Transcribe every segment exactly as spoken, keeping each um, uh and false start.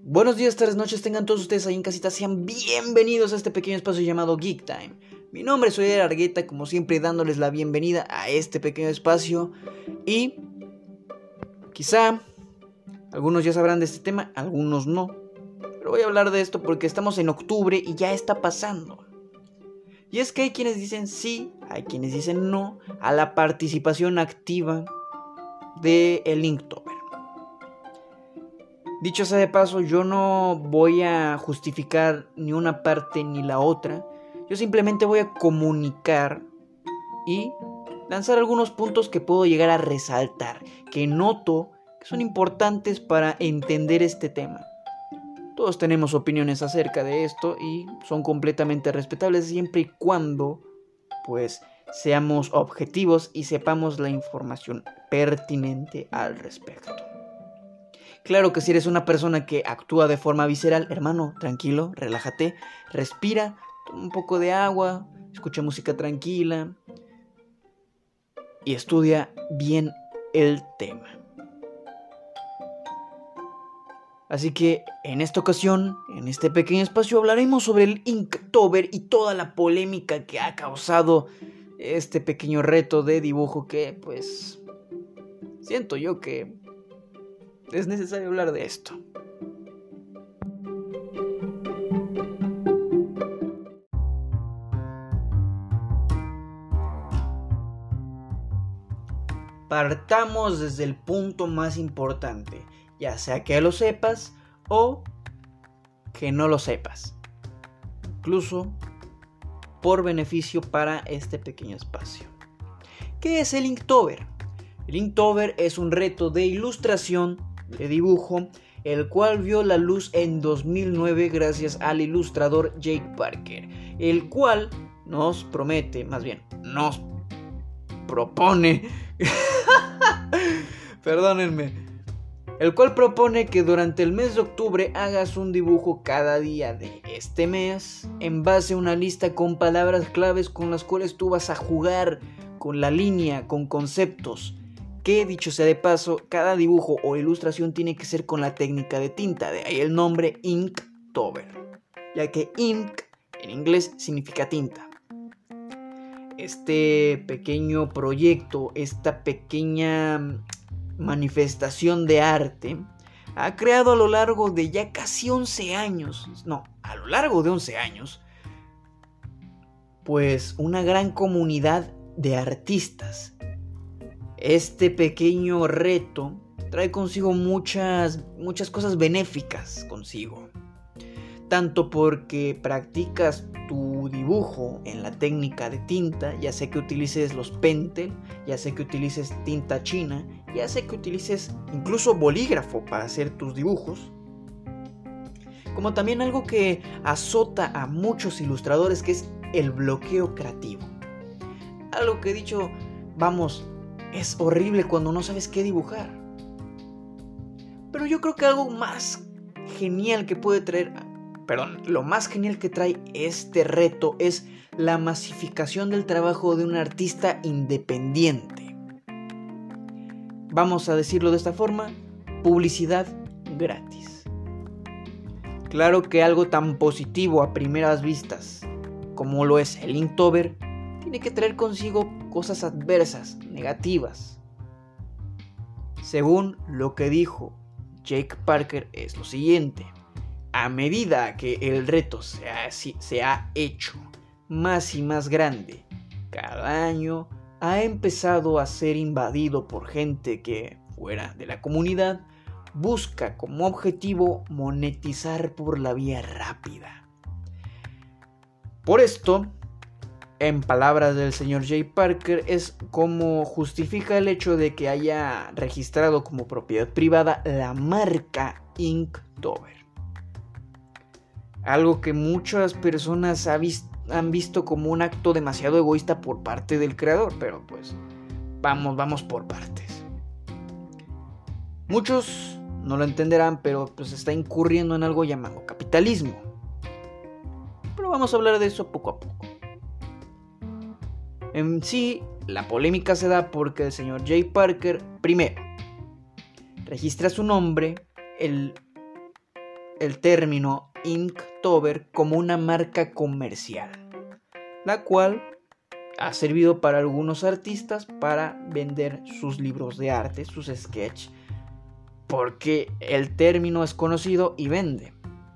Buenos días, tardes, noches, tengan todos ustedes ahí en casita, sean bienvenidos a este pequeño espacio llamado Geek Time. Mi nombre es Oyer Argueta, como siempre dándoles la bienvenida a este pequeño espacio. Y quizá algunos ya sabrán de este tema, algunos no. Pero voy a hablar de esto porque estamos en octubre y ya está pasando. Y es que hay quienes dicen sí, hay quienes dicen no a la participación activa de el Inktober. Dicho sea de paso, yo no voy a justificar ni una parte ni la otra. Yo simplemente voy a comunicar y lanzar algunos puntos que puedo llegar a resaltar, que noto que son importantes para entender este tema. Todos tenemos opiniones acerca de esto y son completamente respetables siempre y cuando, pues, seamos objetivos y sepamos la información pertinente al respecto. Claro que si eres una persona que actúa de forma visceral, hermano, tranquilo, relájate, respira, toma un poco de agua, escucha música tranquila y estudia bien el tema. Así que en esta ocasión, en este pequeño espacio, hablaremos sobre el Inktober y toda la polémica que ha causado este pequeño reto de dibujo que, pues, siento yo que es necesario hablar de esto. Partamos desde el punto más importante, ya sea que lo sepas o que no lo sepas, incluso por beneficio para este pequeño espacio. ¿Qué es el Inktober? El Inktober es un reto de ilustración, de dibujo, el cual vio la luz en dos mil nueve gracias al ilustrador Jake Parker, el cual nos promete, más bien, nos propone, perdónenme, el cual propone que durante el mes de octubre hagas un dibujo cada día de este mes en base a una lista con palabras claves con las cuales tú vas a jugar con la línea, con conceptos. Que, dicho sea de paso, cada dibujo o ilustración tiene que ser con la técnica de tinta, de ahí el nombre Inktober, ya que ink en inglés significa tinta. Este pequeño proyecto, esta pequeña manifestación de arte, ha creado a lo largo de ya casi once años, no, a lo largo de once años, pues una gran comunidad de artistas. Este pequeño reto trae consigo muchas, muchas cosas benéficas consigo. Tanto porque practicas tu dibujo en la técnica de tinta, ya sea que utilices los Pentel, ya sea que utilices tinta china, ya sea que utilices incluso bolígrafo para hacer tus dibujos. Como también algo que azota a muchos ilustradores, que es el bloqueo creativo. Algo que he dicho, vamos, es horrible cuando no sabes qué dibujar. Pero yo creo que algo más genial que puede traer, perdón, lo más genial que trae este reto es la masificación del trabajo de un artista independiente. Vamos a decirlo de esta forma, publicidad gratis. Claro que algo tan positivo a primeras vistas como lo es el Inktober tiene que traer consigo cosas adversas, negativas. Según lo que dijo Jake Parker es lo siguiente: a medida que el reto se ha, se ha hecho más y más grande, cada año ha empezado a ser invadido por gente que, fuera de la comunidad, busca como objetivo monetizar por la vía rápida. Por esto, en palabras del señor Jake Parker, es como justifica el hecho de que haya registrado como propiedad privada la marca Inktober. Algo que muchas personas ha vis- han visto como un acto demasiado egoísta por parte del creador, pero pues vamos, vamos por partes. Muchos no lo entenderán, pero pues está incurriendo en algo llamado capitalismo. Pero vamos a hablar de eso poco a poco. En sí, la polémica se da porque el señor Jake Parker, primero, registra su nombre, el el término Inktober como una marca comercial, la cual ha servido para algunos artistas para vender sus libros de arte, sus sketches, porque el término es conocido y vende.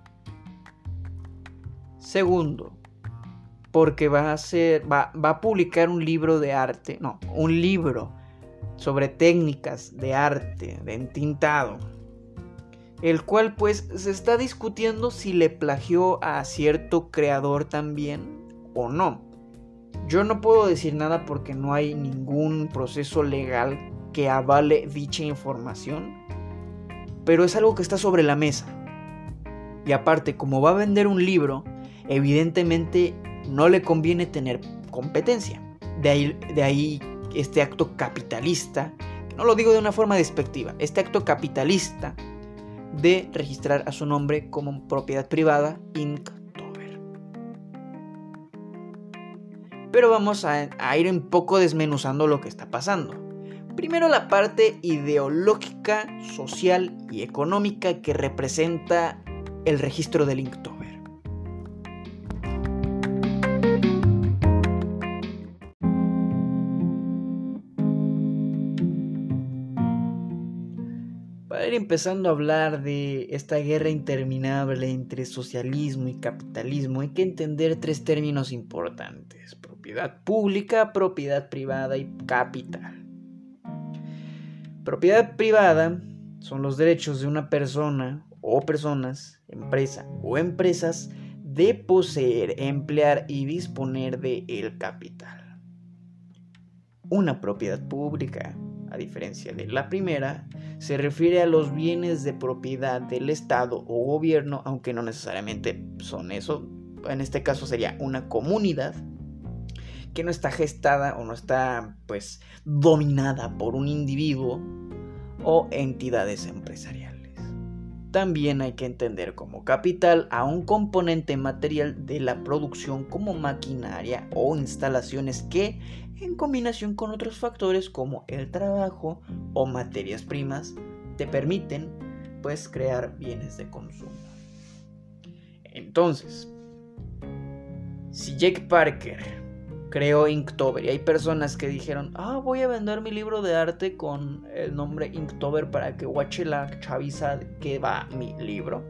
Segundo, porque va a hacer, va, va a publicar un libro de arte, no, un libro sobre técnicas de arte, de entintado, el cual pues se está discutiendo si le plagió a cierto creador también o no. Yo no puedo decir nada porque no hay ningún proceso legal que avale dicha información, pero es algo que está sobre la mesa. Y aparte, como va a vender un libro, evidentemente no le conviene tener competencia. De ahí, de ahí este acto capitalista, no lo digo de una forma despectiva, este acto capitalista de registrar a su nombre como propiedad privada, Inktober. Pero vamos a, a ir un poco desmenuzando lo que está pasando. Primero la parte ideológica, social y económica que representa el registro del Inktober. Para ir empezando a hablar de esta guerra interminable entre socialismo y capitalismo, hay que entender tres términos importantes: propiedad pública, propiedad privada y capital. Propiedad privada son los derechos de una persona o personas, empresa o empresas de poseer, emplear y disponer de el capital. Una propiedad pública, a diferencia de la primera, se refiere a los bienes de propiedad del Estado o gobierno, aunque no necesariamente son eso. En este caso sería una comunidad que no está gestada o no está pues dominada por un individuo o entidades empresariales. También hay que entender como capital a un componente material de la producción como maquinaria o instalaciones que, en combinación con otros factores como el trabajo o materias primas, te permiten pues crear bienes de consumo. Entonces, si Jake Parker creó Inktober y hay personas que dijeron, ah, voy a vender mi libro de arte con el nombre Inktober para que guache la chaviza que va mi libro,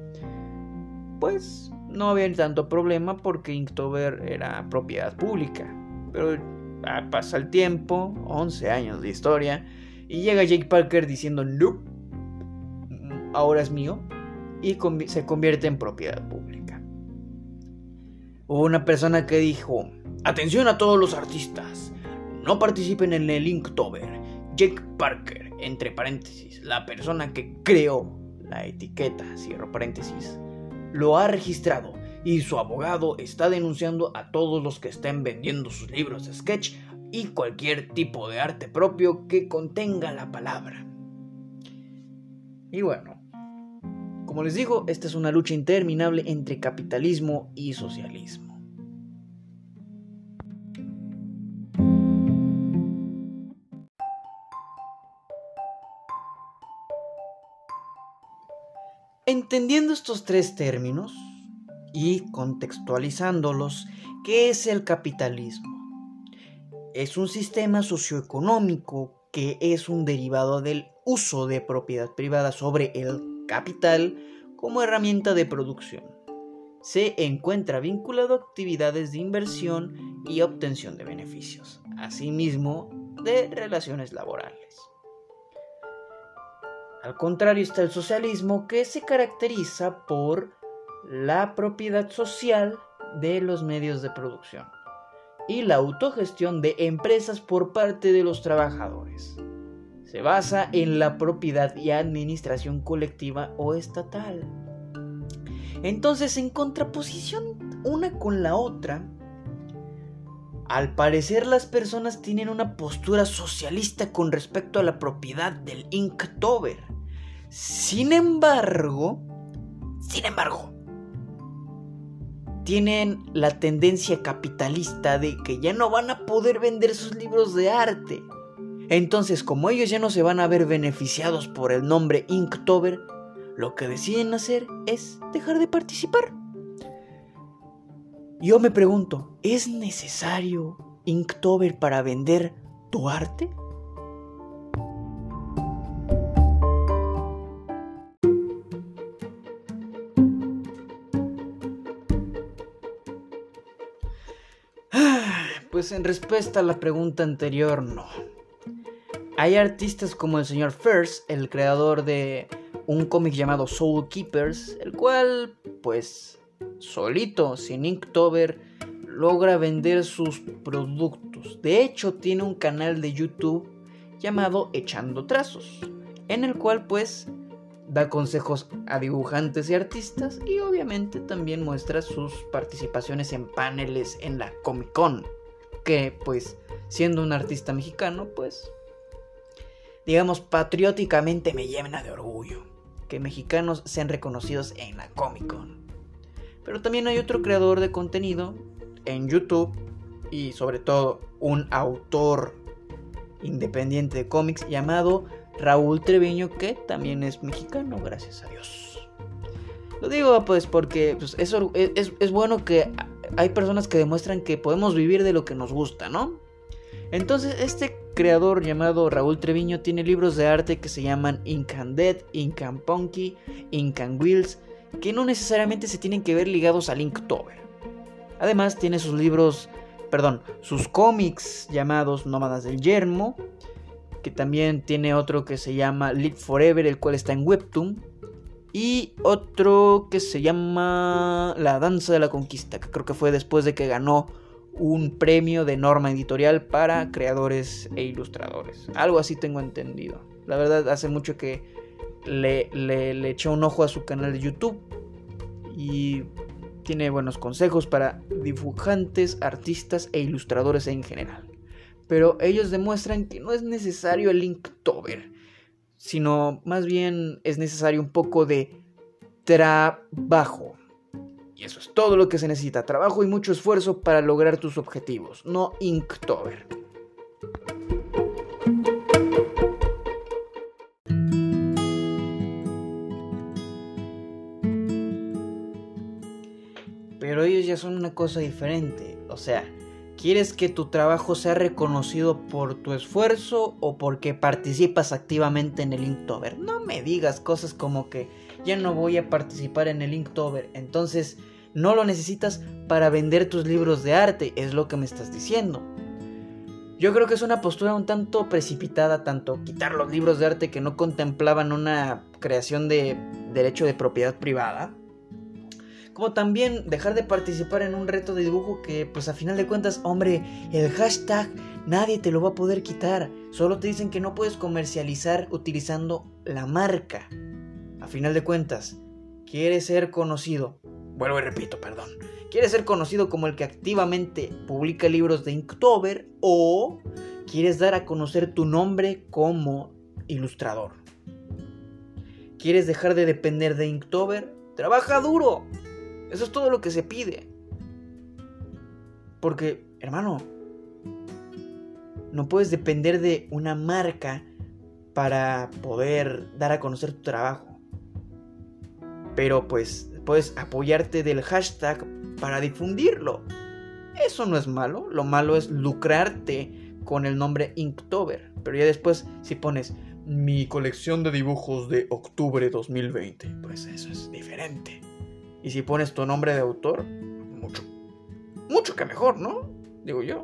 pues no había tanto problema porque Inktober era propiedad pública. Pero pasa el tiempo, once años de historia, y llega Jake Parker diciendo, no, ahora es mío, y conv- se convierte en propiedad pública. Hubo una persona que dijo, atención a todos los artistas, no participen en el Inktober. Jake Parker, entre paréntesis, la persona que creó la etiqueta, cierro paréntesis, lo ha registrado y su abogado está denunciando a todos los que estén vendiendo sus libros de sketch y cualquier tipo de arte propio que contenga la palabra. Y bueno, como les digo, esta es una lucha interminable entre capitalismo y socialismo. Entendiendo estos tres términos y contextualizándolos, ¿qué es el capitalismo? Es un sistema socioeconómico que es un derivado del uso de propiedad privada sobre el capital como herramienta de producción. Se encuentra vinculado a actividades de inversión y obtención de beneficios, asimismo de relaciones laborales. Al contrario está el socialismo, que se caracteriza por la propiedad social de los medios de producción y la autogestión de empresas por parte de los trabajadores. Se basa en la propiedad y administración colectiva o estatal. Entonces, en contraposición una con la otra, al parecer las personas tienen una postura socialista con respecto a la propiedad del Inktober. Sin embargo, sin embargo, tienen la tendencia capitalista de que ya no van a poder vender sus libros de arte. Entonces, como ellos ya no se van a ver beneficiados por el nombre Inktober, lo que deciden hacer es dejar de participar. Yo me pregunto, ¿es necesario Inktober para vender tu arte? Pues en respuesta a la pregunta anterior, no. Hay artistas como el señor First, el creador de un cómic llamado Soul Keepers, el cual, pues, solito, sin Inktober, logra vender sus productos. De hecho, tiene un canal de YouTube llamado Echando Trazos, en el cual, pues, da consejos a dibujantes y artistas y obviamente también muestra sus participaciones en paneles en la Comic Con, que, pues, siendo un artista mexicano, pues, digamos, patrióticamente me llena de orgullo que mexicanos sean reconocidos en la Comic Con. Pero también hay otro creador de contenido en YouTube y sobre todo un autor independiente de cómics llamado Raúl Treviño, que también es mexicano, gracias a Dios. Lo digo pues porque pues, eso es, es, es bueno que hay personas que demuestran que podemos vivir de lo que nos gusta, ¿no? Entonces este creador llamado Raúl Treviño tiene libros de arte que se llaman Ink and Dead, Ink and Punky, Ink and Wheels, que no necesariamente se tienen que ver ligados al Inktober. Además tiene sus libros, perdón, sus cómics llamados Nómadas del Yermo, que también tiene otro que se llama Live Forever, el cual está en Webtoon, y otro que se llama La Danza de la Conquista, que creo que fue después de que ganó un premio de Norma Editorial para creadores e ilustradores. Algo así tengo entendido. La verdad, hace mucho que le, le, le eché un ojo a su canal de YouTube y tiene buenos consejos para dibujantes, artistas e ilustradores en general. Pero ellos demuestran que no es necesario el Inktober, sino más bien es necesario un poco de trabajo. Y eso es todo lo que se necesita, trabajo y mucho esfuerzo para lograr tus objetivos, no Inktober. Pero ellos ya son una cosa diferente, o sea, ¿quieres que tu trabajo sea reconocido por tu esfuerzo o porque participas activamente en el Inktober? No me digas cosas como que ya no voy a participar en el Inktober, entonces no lo necesitas para vender tus libros de arte, es lo que me estás diciendo. Yo creo que es una postura un tanto precipitada, tanto quitar los libros de arte que no contemplaban una creación de derecho de propiedad privada, como también dejar de participar en un reto de dibujo que, pues a final de cuentas, hombre, el hashtag nadie te lo va a poder quitar. Solo te dicen que no puedes comercializar utilizando la marca. A final de cuentas, quieres ser conocido, vuelvo y repito, perdón, quieres ser conocido como el que activamente publica libros de Inktober o quieres dar a conocer tu nombre como ilustrador. ¿Quieres dejar de depender de Inktober? ¡Trabaja duro! Eso es todo lo que se pide. Porque, hermano, no puedes depender de una marca para poder dar a conocer tu trabajo. Pero pues puedes apoyarte del hashtag para difundirlo. Eso no es malo. Lo malo es lucrarte con el nombre Inktober. Pero ya después, si pones mi colección de dibujos de octubre dos mil veinte, pues eso es diferente. Y si pones tu nombre de autor, mucho, mucho que mejor, ¿no? Digo yo.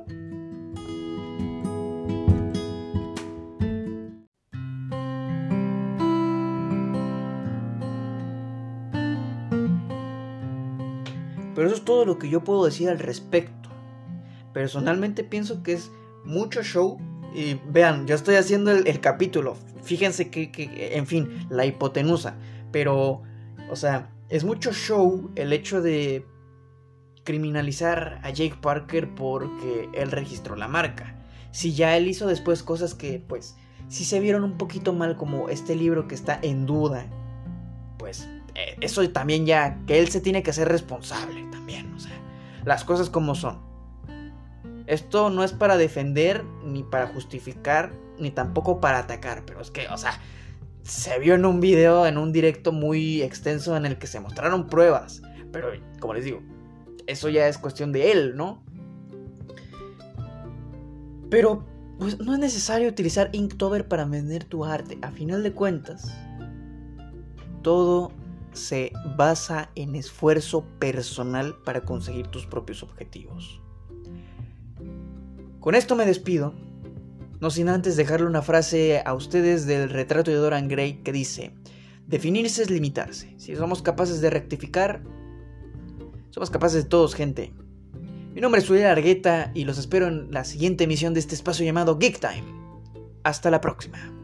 Pero eso es todo lo que yo puedo decir al respecto. Personalmente pienso que es mucho show. Y vean, yo estoy haciendo el, el capítulo. Fíjense que, que, en fin, la hipotenusa. Pero, o sea, es mucho show el hecho de criminalizar a Jake Parker porque él registró la marca. Si ya él hizo después cosas que, pues, si se vieron un poquito mal, como este libro que está en duda, pues, eh, eso también ya, que él se tiene que hacer responsable también, o sea, las cosas como son. Esto no es para defender, ni para justificar, ni tampoco para atacar, pero es que, o sea, se vio en un video, en un directo muy extenso en el que se mostraron pruebas. Pero, como les digo, eso ya es cuestión de él, ¿no? Pero, pues, no es necesario utilizar Inktober para vender tu arte. A final de cuentas, todo se basa en esfuerzo personal para conseguir tus propios objetivos. Con esto me despido, no sin antes dejarle una frase a ustedes del retrato de Dorian Gray que dice: definirse es limitarse. Si somos capaces de rectificar, somos capaces de todos, gente. Mi nombre es Uriel Argueta y los espero en la siguiente emisión de este espacio llamado Geek Time. Hasta la próxima.